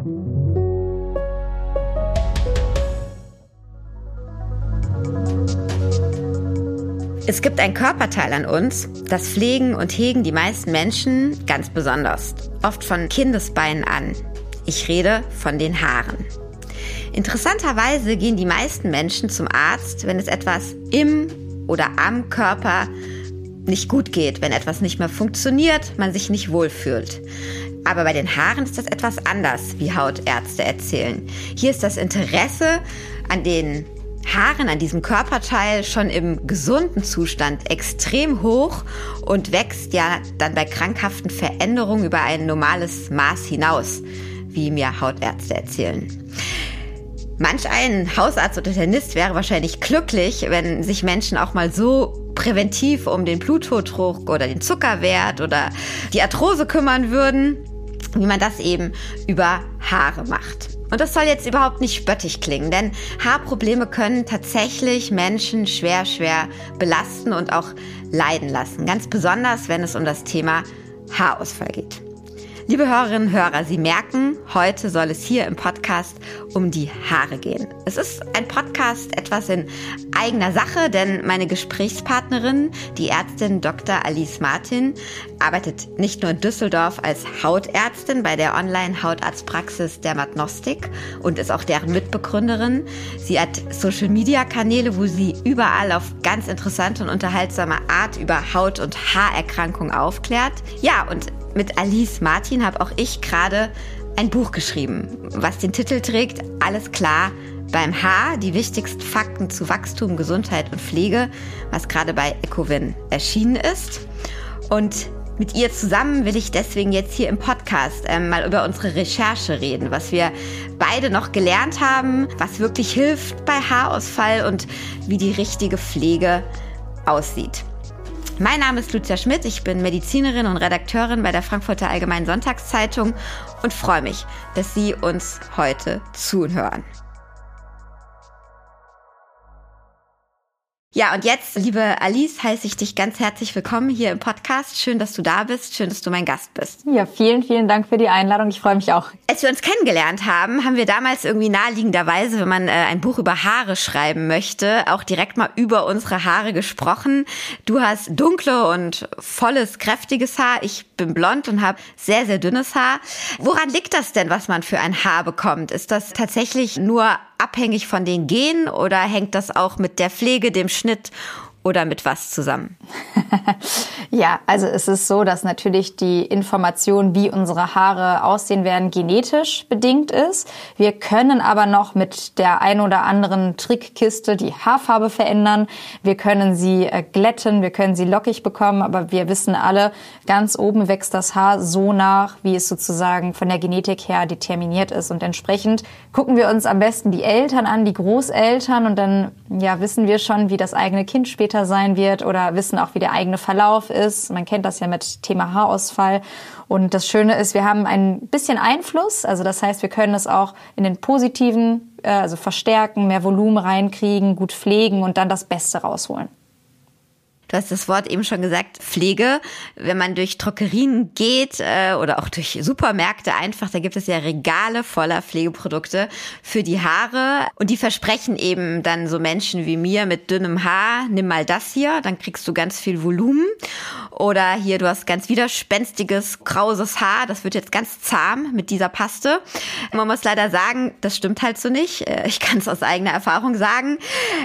Es gibt ein Körperteil an uns, das pflegen und hegen die meisten Menschen ganz besonders, oft von Kindesbeinen an. Ich rede von den Haaren. Interessanterweise gehen die meisten Menschen zum Arzt, wenn es etwas im oder am Körper nicht gut geht, wenn etwas nicht mehr funktioniert, man sich nicht wohlfühlt. Aber bei den Haaren ist das etwas anders, wie Hautärzte erzählen. Hier ist das Interesse an den Haaren, an diesem Körperteil schon im gesunden Zustand extrem hoch und wächst ja dann bei krankhaften Veränderungen über ein normales Maß hinaus, wie mir Hautärzte erzählen. Manch ein Hausarzt oder Internist wäre wahrscheinlich glücklich, wenn sich Menschen auch mal so präventiv um den Bluthochdruck oder den Zuckerwert oder die Arthrose kümmern würden, wie man das eben über Haare macht. Und das soll jetzt überhaupt nicht spöttisch klingen, denn Haarprobleme können tatsächlich Menschen schwer belasten und auch leiden lassen. Ganz besonders, wenn es um das Thema Haarausfall geht. Liebe Hörerinnen und Hörer, Sie merken, heute soll es hier im Podcast um die Haare gehen. Es ist ein Podcast etwas in eigener Sache, denn meine Gesprächspartnerin, die Ärztin Dr. Alice Martin, arbeitet nicht nur in Düsseldorf als Hautärztin bei der Online-Hautarztpraxis Dermatnostik und ist auch deren Mitbegründerin. Sie hat Social-Media-Kanäle, wo sie überall auf ganz interessante und unterhaltsame Art über Haut- und Haarerkrankungen aufklärt. Ja, und mit Alice Martin habe auch ich gerade ein Buch geschrieben, was den Titel trägt: Alles klar beim Haar, die wichtigsten Fakten zu Wachstum, Gesundheit und Pflege, was gerade bei Ecovin erschienen ist. Und mit ihr zusammen will ich deswegen jetzt hier im Podcast mal über unsere Recherche reden, was wir beide noch gelernt haben, was wirklich hilft bei Haarausfall und wie die richtige Pflege aussieht. Mein Name ist Lucia Schmidt, ich bin Medizinerin und Redakteurin bei der Frankfurter Allgemeinen Sonntagszeitung und freue mich, dass Sie uns heute zuhören. Ja, und jetzt, liebe Alice, heiße ich dich ganz herzlich willkommen hier im Podcast. Schön, dass du da bist. Schön, dass du mein Gast bist. Ja, vielen Dank für die Einladung. Ich freue mich auch. Als wir uns kennengelernt haben, haben wir damals irgendwie naheliegenderweise, wenn man ein Buch über Haare schreiben möchte, auch direkt mal über unsere Haare gesprochen. Du hast dunkle und volles, kräftiges Haar. Ich bin blond und habe sehr dünnes Haar. Woran liegt das denn, was man für ein Haar bekommt? Ist das tatsächlich nur abhängig von den Genen oder hängt das auch mit der Pflege, dem Schnitt oder mit was zusammen? Ja, also es ist so, dass natürlich die Information, wie unsere Haare aussehen werden, genetisch bedingt ist. Wir können aber noch mit der ein oder anderen Trickkiste die Haarfarbe verändern. Wir können sie glätten, wir können sie lockig bekommen, aber wir wissen alle, ganz oben wächst das Haar so nach, wie es sozusagen von der Genetik her determiniert ist. Und entsprechend gucken wir uns am besten die Eltern an, die Großeltern, und dann wissen wir schon, wie das eigene Kind später sein wird oder wissen auch, wie der eigene Verlauf ist. Man kennt das ja mit Thema Haarausfall. Und das Schöne ist, wir haben ein bisschen Einfluss. Also das heißt, wir können es auch in den positiven, also verstärken, mehr Volumen reinkriegen, gut pflegen und dann das Beste rausholen. Du hast das Wort eben schon gesagt, Pflege. Wenn man durch Drogerien geht oder auch durch Supermärkte einfach, da gibt es ja Regale voller Pflegeprodukte für die Haare. Und die versprechen eben dann so Menschen wie mir mit dünnem Haar: Nimm mal das hier, dann kriegst du ganz viel Volumen. Oder hier, du hast ganz widerspenstiges, krauses Haar, das wird jetzt ganz zahm mit dieser Paste. Man muss leider sagen, das stimmt halt so nicht. Ich kann es aus eigener Erfahrung sagen.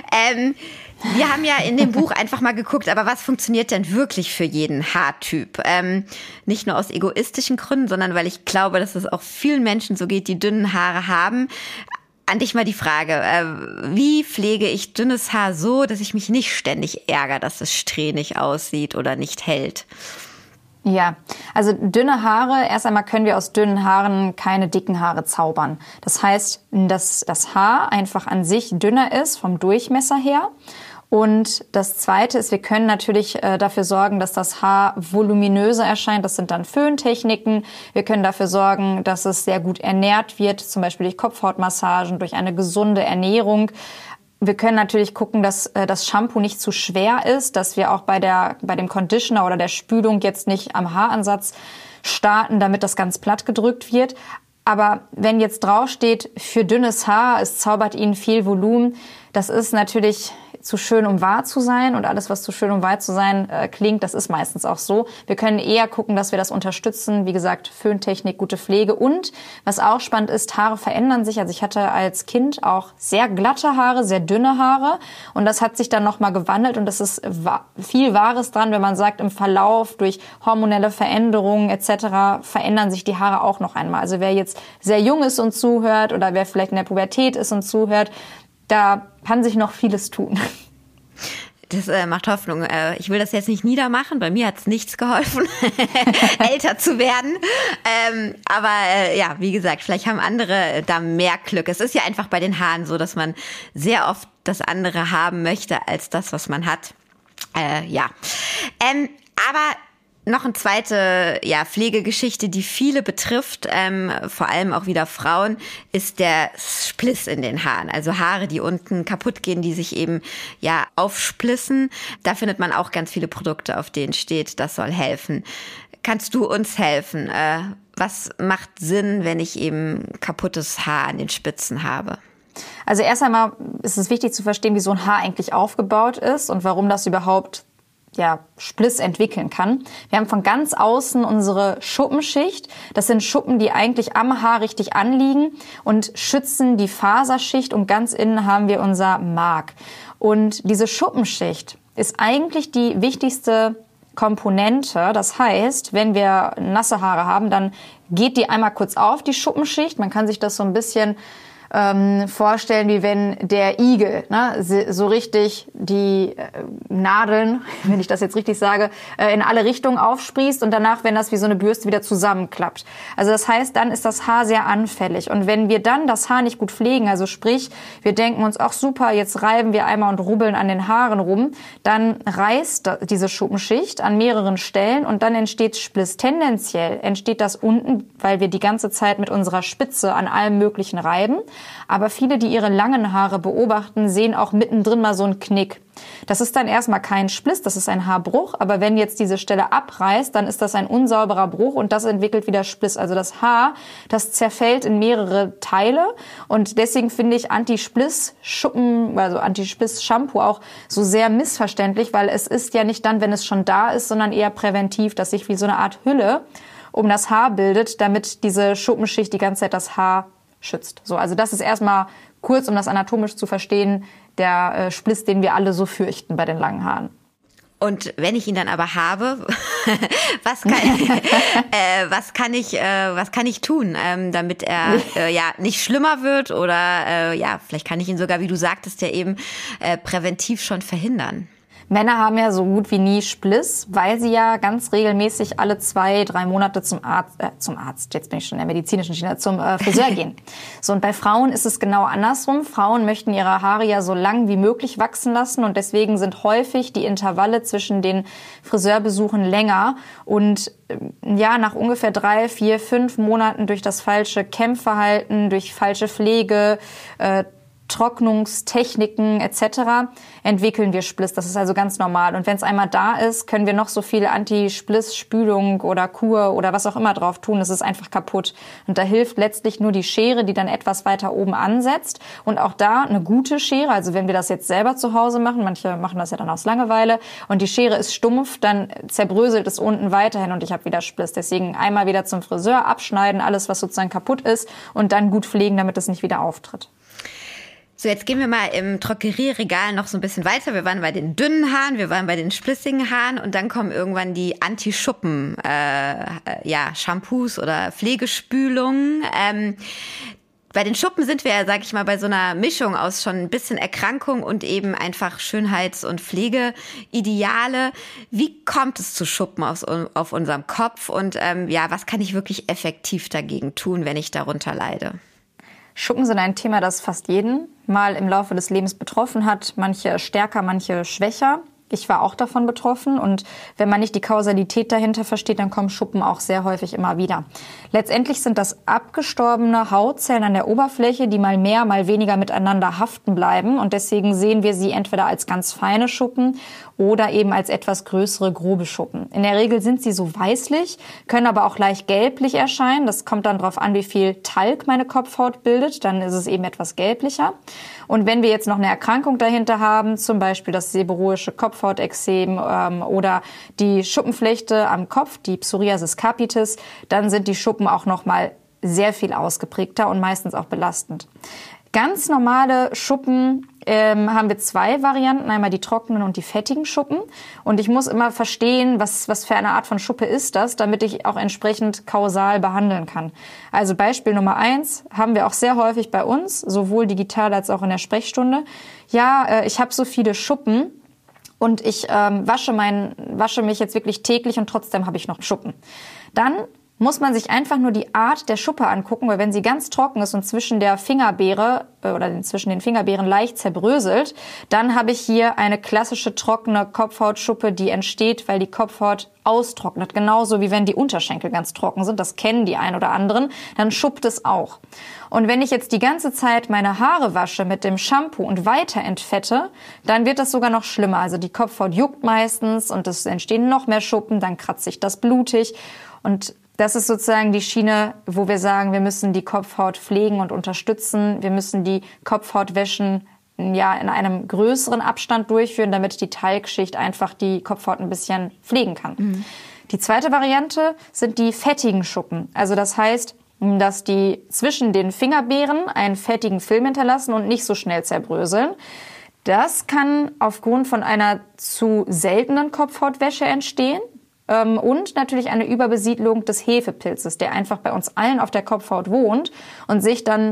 Wir haben ja in dem Buch einfach mal geguckt, aber was funktioniert denn wirklich für jeden Haartyp? Nicht nur aus egoistischen Gründen, sondern weil ich glaube, dass es auch vielen Menschen so geht, die dünnen Haare haben. An dich mal die Frage, wie pflege ich dünnes Haar so, dass ich mich nicht ständig ärgere, dass es strähnig aussieht oder nicht hält? Ja, also dünne Haare, erst einmal können wir aus dünnen Haaren keine dicken Haare zaubern. Das heißt, dass das Haar einfach an sich dünner ist vom Durchmesser her. Und das Zweite ist, wir können natürlich dafür sorgen, dass das Haar voluminöser erscheint. Das sind dann Föhntechniken. Wir können dafür sorgen, dass es sehr gut ernährt wird, zum Beispiel durch Kopfhautmassagen, durch eine gesunde Ernährung. Wir können natürlich gucken, dass das Shampoo nicht zu schwer ist, dass wir auch bei dem Conditioner oder der Spülung jetzt nicht am Haaransatz starten, damit das ganz platt gedrückt wird. Aber wenn jetzt draufsteht, für dünnes Haar, es zaubert Ihnen viel Volumen, das ist natürlich zu schön, um wahr zu sein. Und alles, was zu schön, um wahr zu sein klingt, das ist meistens auch so. Wir können eher gucken, dass wir das unterstützen. Wie gesagt, Föhntechnik, gute Pflege. Und was auch spannend ist, Haare verändern sich. Also ich hatte als Kind auch sehr glatte Haare, sehr dünne Haare. Und das hat sich dann nochmal gewandelt. Und das ist viel Wahres dran, wenn man sagt, im Verlauf durch hormonelle Veränderungen etc. verändern sich die Haare auch noch einmal. Also wer jetzt sehr jung ist und zuhört oder wer vielleicht in der Pubertät ist und zuhört, da kann sich noch vieles tun. Das macht Hoffnung. Ich will das jetzt nicht niedermachen. Bei mir hat es nichts geholfen, älter zu werden. Aber ja, wie gesagt, vielleicht haben andere da mehr Glück. Es ist ja einfach bei den Haaren so, dass man sehr oft das andere haben möchte als das, was man hat. Ja. Aber noch eine zweite Pflegegeschichte, die viele betrifft, vor allem auch wieder Frauen, ist der Spliss in den Haaren. Also Haare, die unten kaputt gehen, die sich eben aufsplissen. Da findet man auch ganz viele Produkte, auf denen steht, das soll helfen. Kannst du uns helfen? Was macht Sinn, wenn ich eben kaputtes Haar an den Spitzen habe? Also erst einmal ist es wichtig zu verstehen, wie so ein Haar eigentlich aufgebaut ist und warum das überhaupt Spliss entwickeln kann. Wir haben von ganz außen unsere Schuppenschicht. Das sind Schuppen, die eigentlich am Haar richtig anliegen und schützen die Faserschicht. Und ganz innen haben wir unser Mark. Und diese Schuppenschicht ist eigentlich die wichtigste Komponente. Das heißt, wenn wir nasse Haare haben, dann geht die einmal kurz auf, die Schuppenschicht. Man kann sich das so ein bisschen vorstellen, wie wenn der Igel so richtig die Nadeln, wenn ich das jetzt richtig sage, in alle Richtungen aufsprießt und danach, wenn das wie so eine Bürste wieder zusammenklappt. Also das heißt, dann ist das Haar sehr anfällig. Und wenn wir dann das Haar nicht gut pflegen, also sprich, wir denken uns, ach super, jetzt reiben wir einmal und rubbeln an den Haaren rum, dann reißt diese Schuppenschicht an mehreren Stellen und dann entsteht Spliss. Tendenziell entsteht das unten, weil wir die ganze Zeit mit unserer Spitze an allem Möglichen reiben. Aber viele, die ihre langen Haare beobachten, sehen auch mittendrin mal so einen Knick. Das ist dann erstmal kein Spliss, das ist ein Haarbruch. Aber wenn jetzt diese Stelle abreißt, dann ist das ein unsauberer Bruch und das entwickelt wieder Spliss. Also das Haar, das zerfällt in mehrere Teile. Und deswegen finde ich Anti-Spliss-Schuppen, also Anti-Spliss-Shampoo auch so sehr missverständlich, weil es ist ja nicht dann, wenn es schon da ist, sondern eher präventiv, dass sich wie so eine Art Hülle um das Haar bildet, damit diese Schuppenschicht die ganze Zeit das Haar schützt. So, also das ist erstmal kurz, um das anatomisch zu verstehen, der Spliss, den wir alle so fürchten bei den langen Haaren. Und wenn ich ihn dann aber habe, was kann ich tun, damit er nicht schlimmer wird oder vielleicht kann ich ihn sogar, wie du sagtest, ja eben präventiv schon verhindern. Männer haben ja so gut wie nie Spliss, weil sie ja ganz regelmäßig alle 2-3 Monate zum Arzt, jetzt bin ich schon in der medizinischen Schiene, zum Friseur gehen. So, und bei Frauen ist es genau andersrum. Frauen möchten ihre Haare ja so lang wie möglich wachsen lassen und deswegen sind häufig die Intervalle zwischen den Friseurbesuchen länger und nach ungefähr 3, 4, 5 Monaten durch das falsche Kämmverhalten, durch falsche Pflege, Trocknungstechniken etc. entwickeln wir Spliss. Das ist also ganz normal. Und wenn es einmal da ist, können wir noch so viel Anti-Spliss-Spülung oder Kur oder was auch immer drauf tun. Es ist einfach kaputt. Und da hilft letztlich nur die Schere, die dann etwas weiter oben ansetzt. Und auch da eine gute Schere. Also wenn wir das jetzt selber zu Hause machen, manche machen das ja dann aus Langeweile, und die Schere ist stumpf, dann zerbröselt es unten weiterhin und ich habe wieder Spliss. Deswegen einmal wieder zum Friseur, abschneiden, alles was sozusagen kaputt ist und dann gut pflegen, damit es nicht wieder auftritt. So, jetzt gehen wir mal im Drogerieregal noch so ein bisschen weiter. Wir waren bei den dünnen Haaren, wir waren bei den splissigen Haaren und dann kommen irgendwann die Anti-Schuppen, Shampoos oder Pflegespülungen. Bei den Schuppen sind wir ja, sag ich mal, bei so einer Mischung aus schon ein bisschen Erkrankung und eben einfach Schönheits- und Pflegeideale. Wie kommt es zu Schuppen auf unserem Kopf und was kann ich wirklich effektiv dagegen tun, wenn ich darunter leide? Schuppen sind ein Thema, das fast jeden mal im Laufe des Lebens betroffen hat. Manche stärker, manche schwächer. Ich war auch davon betroffen und wenn man nicht die Kausalität dahinter versteht, dann kommen Schuppen auch sehr häufig immer wieder. Letztendlich sind das abgestorbene Hautzellen an der Oberfläche, die mal mehr, mal weniger miteinander haften bleiben und deswegen sehen wir sie entweder als ganz feine Schuppen oder eben als etwas größere, grobe Schuppen. In der Regel sind sie so weißlich, können aber auch leicht gelblich erscheinen. Das kommt dann darauf an, wie viel Talg meine Kopfhaut bildet. Dann ist es eben etwas gelblicher. Und wenn wir jetzt noch eine Erkrankung dahinter haben, zum Beispiel das seborrhoische Kopfhautexem oder die Schuppenflechte am Kopf, die Psoriasis capitis, dann sind die Schuppen auch noch mal sehr viel ausgeprägter und meistens auch belastend. Ganz normale Schuppen haben wir zwei Varianten, einmal die trockenen und die fettigen Schuppen. Und ich muss immer verstehen, was für eine Art von Schuppe ist das, damit ich auch entsprechend kausal behandeln kann. Also Beispiel Nummer 1 haben wir auch sehr häufig bei uns, sowohl digital als auch in der Sprechstunde. Ja, ich habe so viele Schuppen und ich wasche mich jetzt wirklich täglich und trotzdem habe ich noch Schuppen. Dann muss man sich einfach nur die Art der Schuppe angucken, weil wenn sie ganz trocken ist und zwischen der Fingerbeere oder zwischen den Fingerbeeren leicht zerbröselt, dann habe ich hier eine klassische trockene Kopfhautschuppe, die entsteht, weil die Kopfhaut austrocknet. Genauso wie wenn die Unterschenkel ganz trocken sind, das kennen die ein oder anderen, dann schuppt es auch. Und wenn ich jetzt die ganze Zeit meine Haare wasche mit dem Shampoo und weiter entfette, dann wird das sogar noch schlimmer. Also die Kopfhaut juckt meistens und es entstehen noch mehr Schuppen, dann kratzt sich das blutig und das ist sozusagen die Schiene, wo wir sagen, wir müssen die Kopfhaut pflegen und unterstützen. Wir müssen die Kopfhautwäschen ja in einem größeren Abstand durchführen, damit die Talgschicht einfach die Kopfhaut ein bisschen pflegen kann. Mhm. Die zweite Variante sind die fettigen Schuppen. Also das heißt, dass die zwischen den Fingerbeeren einen fettigen Film hinterlassen und nicht so schnell zerbröseln. Das kann aufgrund von einer zu seltenen Kopfhautwäsche entstehen. Und natürlich eine Überbesiedlung des Hefepilzes, der einfach bei uns allen auf der Kopfhaut wohnt und sich dann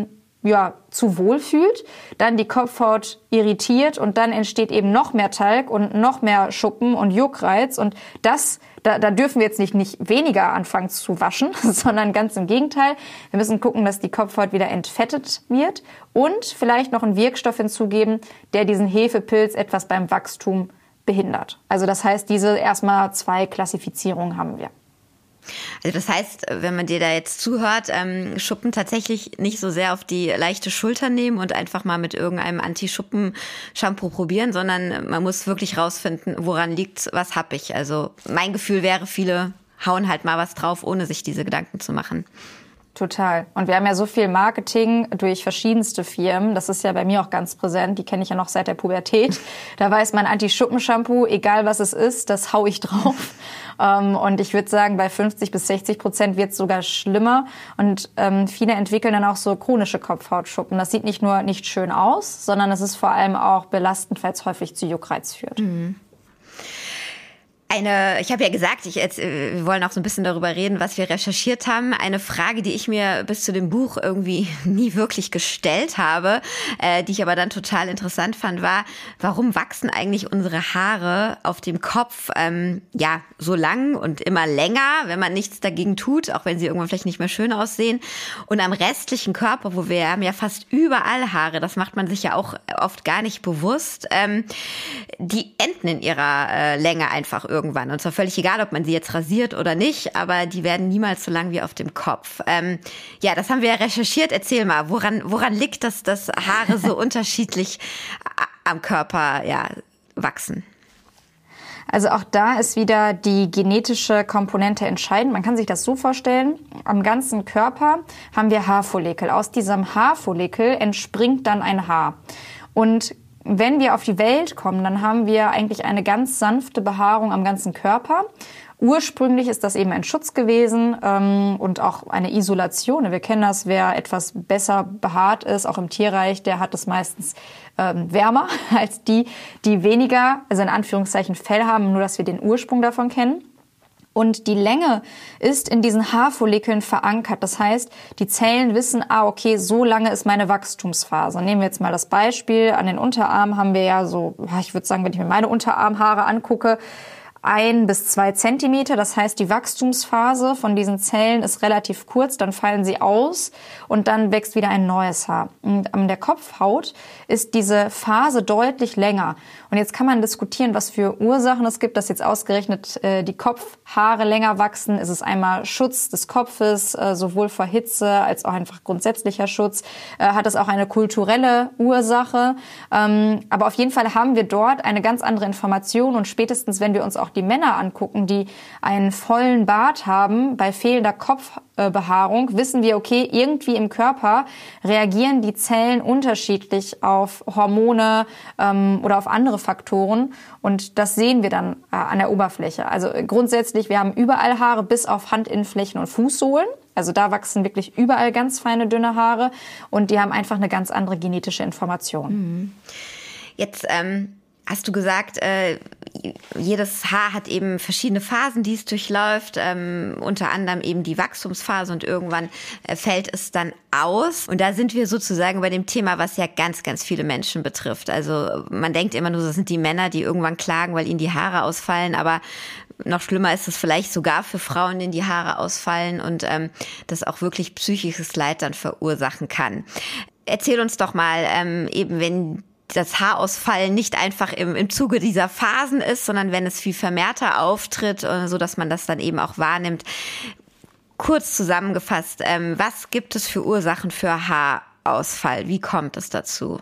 zu wohl fühlt, dann die Kopfhaut irritiert und dann entsteht eben noch mehr Talg und noch mehr Schuppen und Juckreiz und da dürfen wir jetzt nicht weniger anfangen zu waschen, sondern ganz im Gegenteil. Wir müssen gucken, dass die Kopfhaut wieder entfettet wird und vielleicht noch einen Wirkstoff hinzugeben, der diesen Hefepilz etwas beim Wachstum behindert. Also das heißt, diese erstmal 2 Klassifizierungen haben wir. Also das heißt, wenn man dir da jetzt zuhört, Schuppen tatsächlich nicht so sehr auf die leichte Schulter nehmen und einfach mal mit irgendeinem Anti-Schuppen-Shampoo probieren, sondern man muss wirklich rausfinden, woran liegt's, was hab ich. Also mein Gefühl wäre, viele hauen halt mal was drauf, ohne sich diese Gedanken zu machen. Total. Und wir haben ja so viel Marketing durch verschiedenste Firmen. Das ist ja bei mir auch ganz präsent. Die kenne ich ja noch seit der Pubertät. Da weiß man, Anti-Schuppen-Shampoo, egal was es ist, das hau ich drauf. Und ich würde sagen, bei 50-60% wird es sogar schlimmer. Und viele entwickeln dann auch so chronische Kopfhautschuppen. Das sieht nicht nur nicht schön aus, sondern es ist vor allem auch belastend, weil es häufig zu Juckreiz führt. Mhm. Ich habe ja gesagt, wir wollen auch so ein bisschen darüber reden, was wir recherchiert haben. Eine Frage, die ich mir bis zu dem Buch irgendwie nie wirklich gestellt habe, die ich aber dann total interessant fand, war, warum wachsen eigentlich unsere Haare auf dem Kopf so lang und immer länger, wenn man nichts dagegen tut, auch wenn sie irgendwann vielleicht nicht mehr schön aussehen. Und am restlichen Körper, wo wir haben ja fast überall Haare, das macht man sich ja auch oft gar nicht bewusst, die enden in ihrer Länge einfach irgendwann. Und zwar völlig egal, ob man sie jetzt rasiert oder nicht, aber die werden niemals so lang wie auf dem Kopf. Das haben wir ja recherchiert. Erzähl mal, woran liegt das, dass Haare so unterschiedlich am Körper wachsen? Also auch da ist wieder die genetische Komponente entscheidend. Man kann sich das so vorstellen, am ganzen Körper haben wir Haarfollikel. Aus diesem Haarfollikel entspringt dann ein Haar. Und wenn wir auf die Welt kommen, dann haben wir eigentlich eine ganz sanfte Behaarung am ganzen Körper. Ursprünglich ist das eben ein Schutz gewesen und auch eine Isolation. Wir kennen das, wer etwas besser behaart ist, auch im Tierreich, der hat es meistens wärmer als die weniger, also in Anführungszeichen Fell haben, nur dass wir den Ursprung davon kennen. Und die Länge ist in diesen Haarfollikeln verankert. Das heißt, die Zellen wissen, okay, so lange ist meine Wachstumsphase. Nehmen wir jetzt mal das Beispiel. An den Unterarmen haben wir ja so, ich würde sagen, wenn ich mir meine Unterarmhaare angucke, 1 bis 2 Zentimeter. Das heißt, die Wachstumsphase von diesen Zellen ist relativ kurz, dann fallen sie aus und dann wächst wieder ein neues Haar. Und an der Kopfhaut ist diese Phase deutlich länger. Und jetzt kann man diskutieren, was für Ursachen es gibt, dass jetzt ausgerechnet die Kopfhaare länger wachsen. Es ist einmal Schutz des Kopfes, sowohl vor Hitze als auch einfach grundsätzlicher Schutz. Hat es auch eine kulturelle Ursache. Aber auf jeden Fall haben wir dort eine ganz andere Information. Und spätestens, wenn wir uns auch die Männer angucken, die einen vollen Bart haben, bei fehlender Kopfbehaarung, wissen wir, okay, irgendwie im Körper reagieren die Zellen unterschiedlich auf Hormone oder auf andere Faktoren. Und das sehen wir dann an der Oberfläche. Also grundsätzlich, wir haben überall Haare bis auf Handinnenflächen und Fußsohlen. Also da wachsen wirklich überall ganz feine, dünne Haare. Und die haben einfach eine ganz andere genetische Information. Jetzt hast du gesagt, jedes Haar hat eben verschiedene Phasen, die es durchläuft, unter anderem eben die Wachstumsphase und irgendwann fällt es dann aus. Und da sind wir sozusagen bei dem Thema, was ja ganz, ganz viele Menschen betrifft. Also man denkt immer nur, das sind die Männer, die irgendwann klagen, weil ihnen die Haare ausfallen, aber noch schlimmer ist es vielleicht sogar für Frauen, denen die Haare ausfallen und das auch wirklich psychisches Leid dann verursachen kann. Erzähl uns doch mal, eben wenn das Haarausfall nicht einfach im Zuge dieser Phasen ist, sondern wenn es viel vermehrter auftritt, so dass man das dann eben auch wahrnimmt. Kurz zusammengefasst, was gibt es für Ursachen für Haarausfall? Wie kommt es dazu?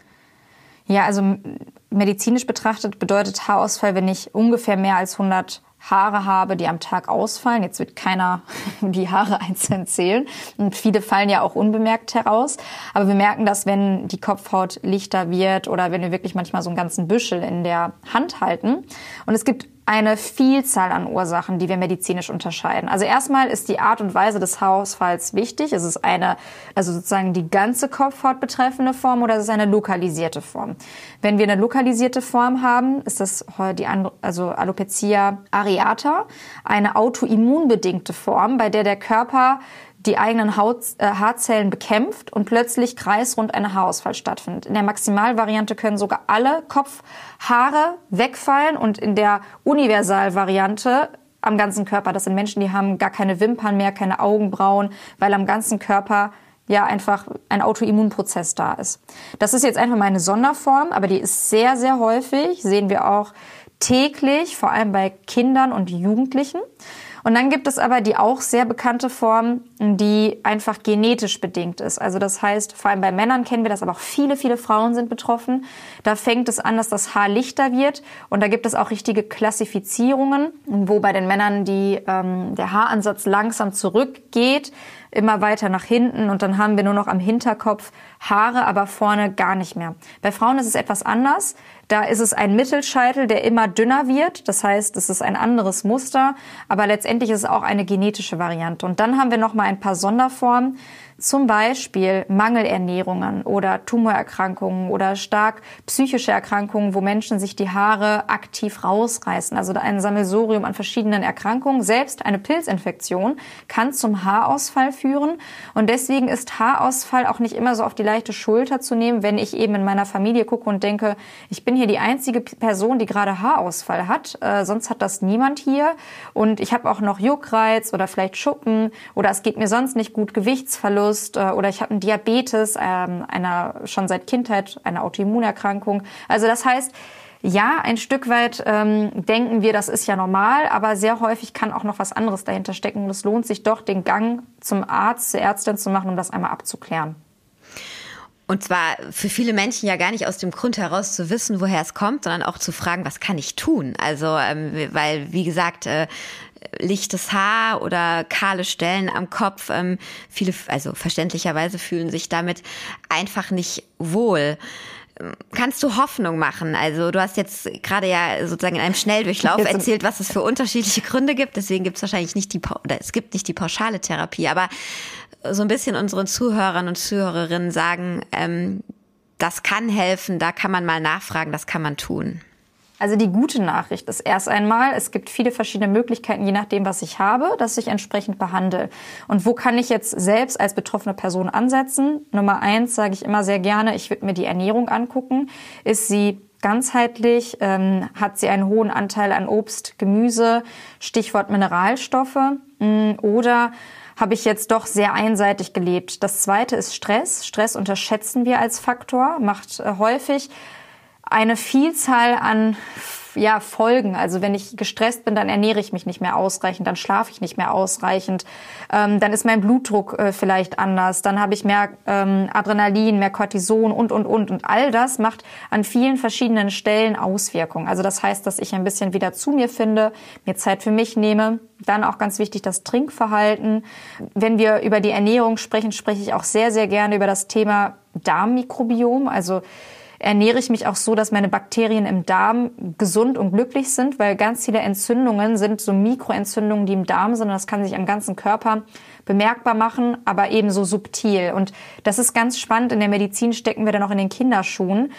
Ja, also medizinisch betrachtet bedeutet Haarausfall, wenn ich ungefähr mehr als 100 Haare habe, die am Tag ausfallen. Jetzt wird keiner die Haare einzeln zählen. Und viele fallen ja auch unbemerkt heraus. Aber wir merken das, wenn die Kopfhaut lichter wird oder wenn wir wirklich manchmal so einen ganzen Büschel in der Hand halten. Und es gibt eine Vielzahl an Ursachen, die wir medizinisch unterscheiden. Also erstmal ist die Art und Weise des Haarausfalls wichtig. Es ist also sozusagen die ganze Kopfhaut betreffende Form oder es ist eine lokalisierte Form. Wenn wir eine lokalisierte Form haben, ist das also Alopecia areata, eine autoimmunbedingte Form, bei der der Körper die eigenen Haarzellen bekämpft und plötzlich kreisrund ein Haarausfall stattfindet. In der Maximalvariante können sogar alle Kopfhaare wegfallen und in der Universalvariante am ganzen Körper. Das sind Menschen, die haben gar keine Wimpern mehr, keine Augenbrauen, weil am ganzen Körper ja einfach ein Autoimmunprozess da ist. Das ist jetzt einfach mal eine Sonderform, aber die ist sehr, sehr häufig, sehen wir auch täglich, vor allem bei Kindern und Jugendlichen. Und dann gibt es aber die auch sehr bekannte Form, die einfach genetisch bedingt ist. Also das heißt, vor allem bei Männern kennen wir das, aber auch viele, viele Frauen sind betroffen. Da fängt es an, dass das Haar lichter wird und da gibt es auch richtige Klassifizierungen, wo bei den Männern der Haaransatz langsam zurückgeht, immer weiter nach hinten und dann haben wir nur noch am Hinterkopf Haare, aber vorne gar nicht mehr. Bei Frauen ist es etwas anders. Da ist es ein Mittelscheitel, der immer dünner wird. Das heißt, es ist ein anderes Muster, aber letztendlich ist es auch eine genetische Variante. Und dann haben wir noch mal ein paar Sonderformen, zum Beispiel Mangelernährungen oder Tumorerkrankungen oder stark psychische Erkrankungen, wo Menschen sich die Haare aktiv rausreißen. Also ein Sammelsurium an verschiedenen Erkrankungen. Selbst eine Pilzinfektion kann zum Haarausfall führen. Und deswegen ist Haarausfall auch nicht immer so auf die leichte Schulter zu nehmen, wenn ich eben in meiner Familie gucke und denke, ich bin hier die einzige Person, die gerade Haarausfall hat. Sonst hat das niemand hier. Und ich habe auch noch Juckreiz oder vielleicht Schuppen oder es geht mir sonst nicht gut, Gewichtsverlust oder ich habe einen Diabetes, schon seit Kindheit eine Autoimmunerkrankung. Also das heißt, ja, ein Stück weit denken wir, das ist ja normal, aber sehr häufig kann auch noch was anderes dahinter stecken. Und es lohnt sich doch, den Gang zum Arzt, zur Ärztin zu machen, um das einmal abzuklären. Und zwar für viele Menschen ja gar nicht aus dem Grund heraus zu wissen, woher es kommt, sondern auch zu fragen, was kann ich tun? Also, weil, wie gesagt, lichtes Haar oder kahle Stellen am Kopf, viele, also verständlicherweise fühlen sich damit einfach nicht wohl. Kannst du Hoffnung machen? Also du hast jetzt gerade ja sozusagen in einem Schnelldurchlauf erzählt, was es für unterschiedliche Gründe gibt. Deswegen gibt es wahrscheinlich nicht es gibt nicht die pauschale Therapie. Aber so ein bisschen unseren Zuhörern und Zuhörerinnen sagen, das kann helfen, da kann man mal nachfragen, das kann man tun. Also die gute Nachricht ist erst einmal, es gibt viele verschiedene Möglichkeiten, je nachdem, was ich habe, dass ich entsprechend behandle. Und wo kann ich jetzt selbst als betroffene Person ansetzen? Nummer 1 sage ich immer sehr gerne, ich würde mir die Ernährung angucken. Ist sie ganzheitlich, hat sie einen hohen Anteil an Obst, Gemüse, Stichwort Mineralstoffe, oder habe ich jetzt doch sehr einseitig gelebt. Das zweite ist Stress. Stress unterschätzen wir als Faktor, macht häufig eine Vielzahl an Folgen. Also wenn ich gestresst bin, dann ernähre ich mich nicht mehr ausreichend, dann schlafe ich nicht mehr ausreichend, dann ist mein Blutdruck vielleicht anders, dann habe ich mehr Adrenalin, mehr Cortison und. Und all das macht an vielen verschiedenen Stellen Auswirkungen. Also das heißt, dass ich ein bisschen wieder zu mir finde, mir Zeit für mich nehme. Dann auch ganz wichtig das Trinkverhalten. Wenn wir über die Ernährung sprechen, spreche ich auch sehr, sehr gerne über das Thema Darmmikrobiom. Also ernähre ich mich auch so, dass meine Bakterien im Darm gesund und glücklich sind, weil ganz viele Entzündungen sind so Mikroentzündungen, die im Darm sind. Und das kann sich am ganzen Körper bemerkbar machen, aber eben so subtil. Und das ist ganz spannend. In der Medizin stecken wir dann auch in den Kinderschuhen,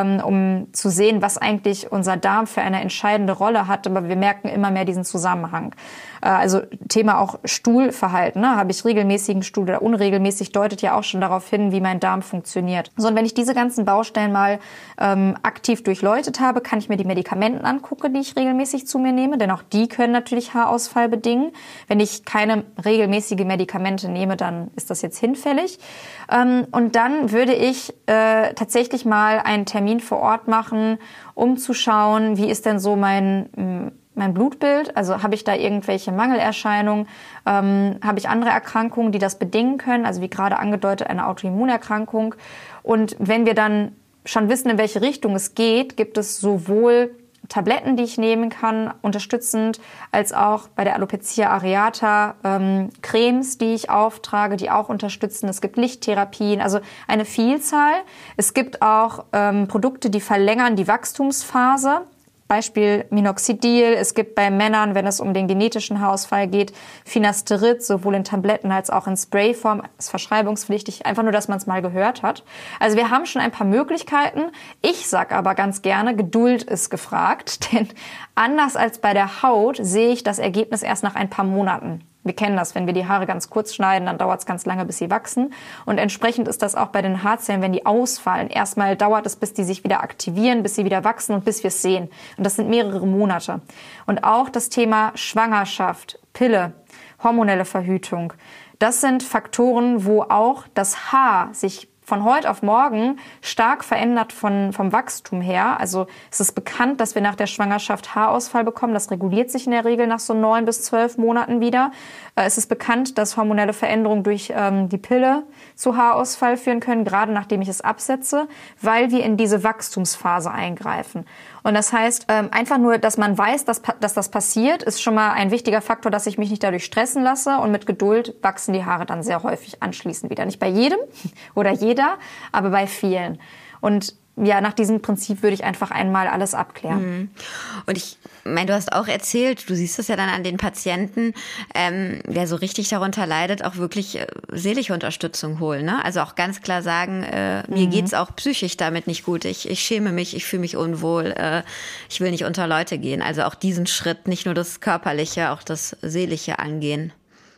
um zu sehen, was eigentlich unser Darm für eine entscheidende Rolle hat. Aber wir merken immer mehr diesen Zusammenhang. Also Thema auch Stuhlverhalten. Ne? Habe ich regelmäßigen Stuhl oder unregelmäßig, deutet ja auch schon darauf hin, wie mein Darm funktioniert. So, und wenn ich diese ganzen Baustellen mal aktiv durchleuchtet habe, kann ich mir die Medikamente angucken, die ich regelmäßig zu mir nehme. Denn auch die können natürlich Haarausfall bedingen. Wenn ich keine regelmäßige Medikamente nehme, dann ist das jetzt hinfällig. Und dann würde ich tatsächlich mal einen Termin vor Ort machen, um zu schauen, wie ist denn so mein Blutbild, also habe ich da irgendwelche Mangelerscheinungen, habe ich andere Erkrankungen, die das bedingen können, also wie gerade angedeutet eine Autoimmunerkrankung. Und wenn wir dann schon wissen, in welche Richtung es geht, gibt es sowohl Tabletten, die ich nehmen kann, unterstützend, als auch bei der Alopecia areata Cremes, die ich auftrage, die auch unterstützen. Es gibt Lichttherapien, also eine Vielzahl. Es gibt auch Produkte, die verlängern die Wachstumsphase. Beispiel Minoxidil. Es gibt bei Männern, wenn es um den genetischen Haarausfall geht, Finasterid, sowohl in Tabletten als auch in Sprayform. Das ist verschreibungspflichtig, einfach nur, dass man es mal gehört hat. Also wir haben schon ein paar Möglichkeiten. Ich sag aber ganz gerne, Geduld ist gefragt, denn anders als bei der Haut sehe ich das Ergebnis erst nach ein paar Monaten. Wir kennen das, wenn wir die Haare ganz kurz schneiden, dann dauert es ganz lange, bis sie wachsen. Und entsprechend ist das auch bei den Haarzellen, wenn die ausfallen. Erstmal dauert es, bis die sich wieder aktivieren, bis sie wieder wachsen und bis wir es sehen. Und das sind mehrere Monate. Und auch das Thema Schwangerschaft, Pille, hormonelle Verhütung, das sind Faktoren, wo auch das Haar sich von heute auf morgen stark verändert vom Wachstum her. Also es ist bekannt, dass wir nach der Schwangerschaft Haarausfall bekommen. Das reguliert sich in der Regel nach so 9 bis 12 Monaten wieder. Es ist bekannt, dass hormonelle Veränderungen durch die Pille zu Haarausfall führen können, gerade nachdem ich es absetze, weil wir in diese Wachstumsphase eingreifen. Und das heißt, einfach nur, dass man weiß, dass das passiert, ist schon mal ein wichtiger Faktor, dass ich mich nicht dadurch stressen lasse. Und mit Geduld wachsen die Haare dann sehr häufig anschließend wieder. Nicht bei jedem oder jeder, aber bei vielen. Und ja, nach diesem Prinzip würde ich einfach einmal alles abklären. Und ich meine, du hast auch erzählt, du siehst es ja dann an den Patienten, wer so richtig darunter leidet, auch wirklich seelische Unterstützung holen. Ne? Also auch ganz klar sagen, mir geht's auch psychisch damit nicht gut. Ich schäme mich, ich fühle mich unwohl, ich will nicht unter Leute gehen. Also auch diesen Schritt, nicht nur das Körperliche, auch das Seelische angehen.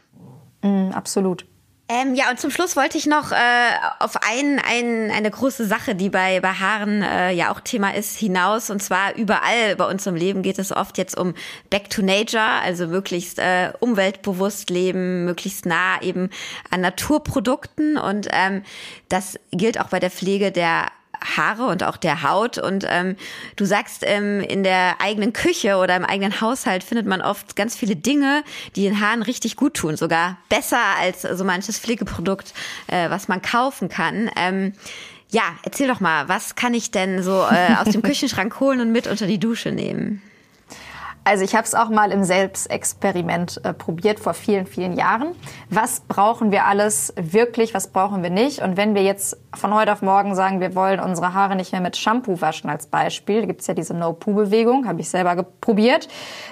Absolut. Ja, und zum Schluss wollte ich noch auf eine große Sache, die bei Haaren ja auch Thema ist, hinaus. Und zwar überall bei uns im Leben geht es oft jetzt um Back to Nature, also möglichst umweltbewusst leben, möglichst nah eben an Naturprodukten. Und das gilt auch bei der Pflege der Haare und auch der Haut. Und du sagst, in der eigenen Küche oder im eigenen Haushalt findet man oft ganz viele Dinge, die den Haaren richtig gut tun, sogar besser als so manches Pflegeprodukt, was man kaufen kann. Ja, erzähl doch mal, was kann ich denn so aus dem Küchenschrank holen und mit unter die Dusche nehmen? Also ich habe es auch mal im Selbstexperiment probiert vor vielen, vielen Jahren. Was brauchen wir alles wirklich, was brauchen wir nicht? Und wenn wir jetzt von heute auf morgen sagen, wir wollen unsere Haare nicht mehr mit Shampoo waschen als Beispiel, da gibt es ja diese No-Poo-Bewegung, habe ich selber probiert,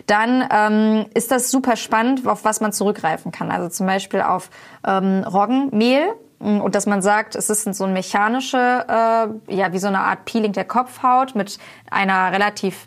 dann ist das super spannend, auf was man zurückgreifen kann. Also zum Beispiel auf Roggenmehl. Und dass man sagt, es ist so ein mechanische, wie so eine Art Peeling der Kopfhaut mit einer relativ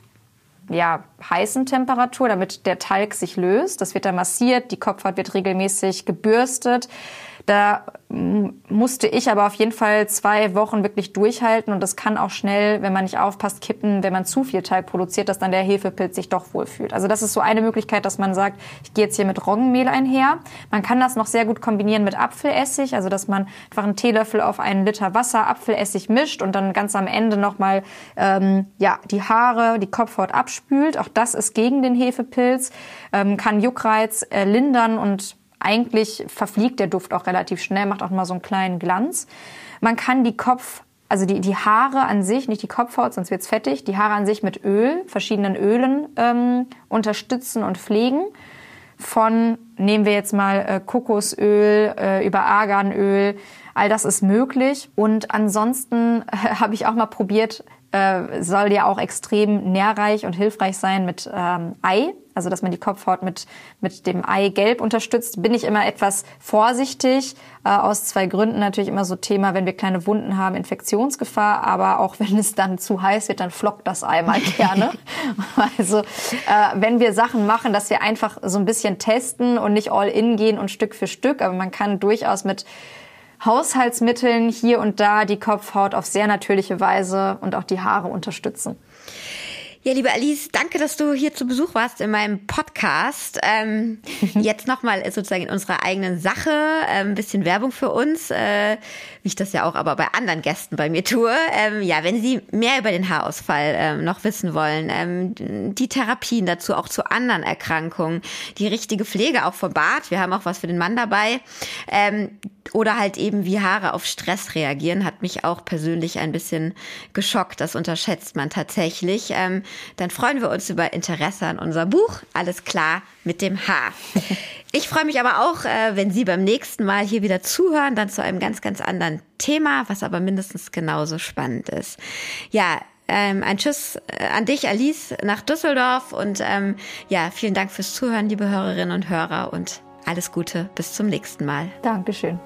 heißen Temperatur, damit der Talg sich löst. Das wird dann massiert, die Kopfhaut wird regelmäßig gebürstet. Da musste ich aber auf jeden Fall 2 Wochen wirklich durchhalten und das kann auch schnell, wenn man nicht aufpasst, kippen, wenn man zu viel Teig produziert, dass dann der Hefepilz sich doch wohlfühlt. Also das ist so eine Möglichkeit, dass man sagt, ich gehe jetzt hier mit Roggenmehl einher. Man kann das noch sehr gut kombinieren mit Apfelessig, also dass man einfach einen Teelöffel auf 1 Liter Wasser Apfelessig mischt und dann ganz am Ende nochmal die Haare, die Kopfhaut abspült. Auch das ist gegen den Hefepilz, kann Juckreiz lindern und eigentlich verfliegt der Duft auch relativ schnell, macht auch mal so einen kleinen Glanz. Man kann die Haare an sich, nicht die Kopfhaut, sonst wird's fettig, die Haare an sich mit verschiedenen Ölen unterstützen und pflegen. Nehmen wir jetzt mal Kokosöl, über Arganöl, all das ist möglich. Und ansonsten habe ich auch mal probiert, soll ja auch extrem nährreich und hilfreich sein mit Ei, also dass man die Kopfhaut mit dem Eigelb unterstützt. Bin ich immer etwas vorsichtig, aus 2 Gründen. Natürlich immer so Thema, wenn wir kleine Wunden haben, Infektionsgefahr, aber auch wenn es dann zu heiß wird, dann flockt das Ei mal gerne. Also wenn wir Sachen machen, dass wir einfach so ein bisschen testen und nicht all in gehen und Stück für Stück, aber man kann durchaus mit Haushaltsmitteln hier und da die Kopfhaut auf sehr natürliche Weise und auch die Haare unterstützen. Ja, liebe Alice, danke, dass du hier zu Besuch warst in meinem Podcast. Jetzt nochmal sozusagen in unserer eigenen Sache, ein bisschen Werbung für uns, wie ich das ja auch aber bei anderen Gästen bei mir tue. Wenn Sie mehr über den Haarausfall noch wissen wollen, die Therapien dazu, auch zu anderen Erkrankungen, die richtige Pflege auch vom Bart, wir haben auch was für den Mann dabei, oder halt eben wie Haare auf Stress reagieren, hat mich auch persönlich ein bisschen geschockt. Das unterschätzt man tatsächlich. Dann freuen wir uns über Interesse an unser Buch. Alles klar mit dem Haar. Ich freue mich aber auch, wenn Sie beim nächsten Mal hier wieder zuhören, dann zu einem ganz, ganz anderen Thema, was aber mindestens genauso spannend ist. Ja, ein Tschüss an dich, Alice, nach Düsseldorf und vielen Dank fürs Zuhören, liebe Hörerinnen und Hörer, und alles Gute, bis zum nächsten Mal. Dankeschön.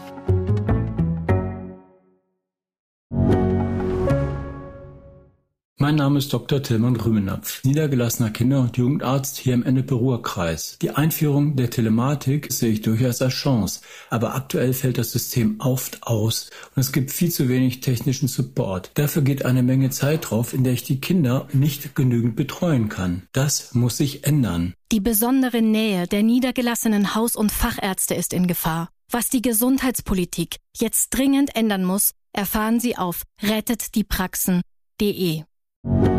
Mein Name ist Dr. Tilman Rümenapf, niedergelassener Kinder- und Jugendarzt hier im Ennepe-Ruhr-Kreis. Die Einführung der Telematik sehe ich durchaus als Chance, aber aktuell fällt das System oft aus und es gibt viel zu wenig technischen Support. Dafür geht eine Menge Zeit drauf, in der ich die Kinder nicht genügend betreuen kann. Das muss sich ändern. Die besondere Nähe der niedergelassenen Haus- und Fachärzte ist in Gefahr. Was die Gesundheitspolitik jetzt dringend ändern muss, erfahren Sie auf rettetdiepraxen.de.